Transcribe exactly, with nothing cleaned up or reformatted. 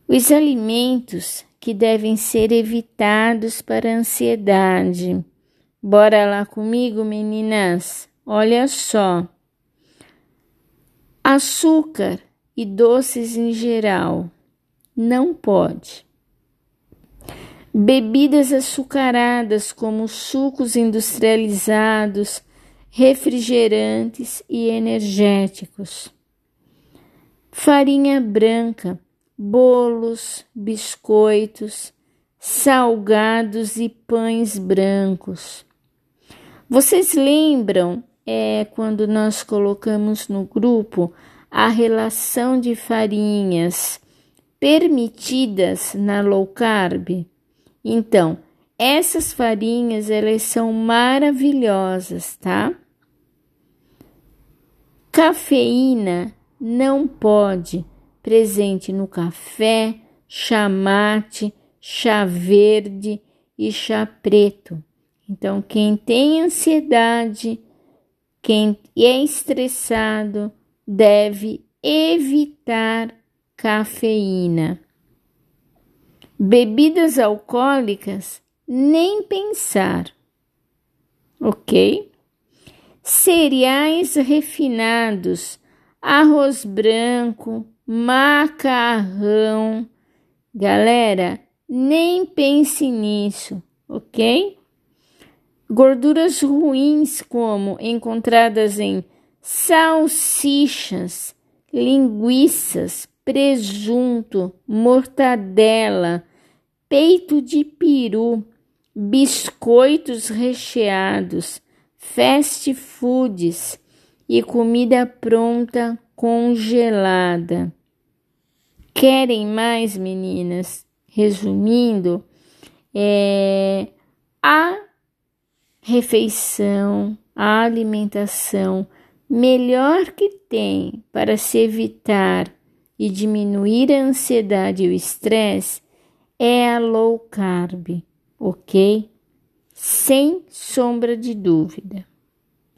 Os alimentos que devem ser evitados para a ansiedade. Bora lá comigo, meninas? Olha só. Açúcar e doces em geral. Não pode. Bebidas açucaradas como sucos industrializados, refrigerantes e energéticos. Farinha branca, bolos, biscoitos, salgados e pães brancos. Vocês lembram é, quando nós colocamos no grupo a relação de farinhas permitidas na low carb? Então, essas farinhas, elas são maravilhosas, tá? Cafeína não pode, presente no café, chá mate, chá verde e chá preto. Então, quem tem ansiedade, quem é estressado, deve evitar cafeína. Bebidas alcoólicas, nem pensar, ok? Cereais refinados, arroz branco, macarrão. Galera, nem pense nisso, ok? Gorduras ruins como encontradas em salsichas, linguiças, presunto, mortadela, peito de peru, biscoitos recheados, fast foods e comida pronta congelada. Querem mais, meninas? Resumindo, é a refeição, a alimentação melhor que tem para se evitar e diminuir a ansiedade e o estresse é a low carb, ok? Sem sombra de dúvida.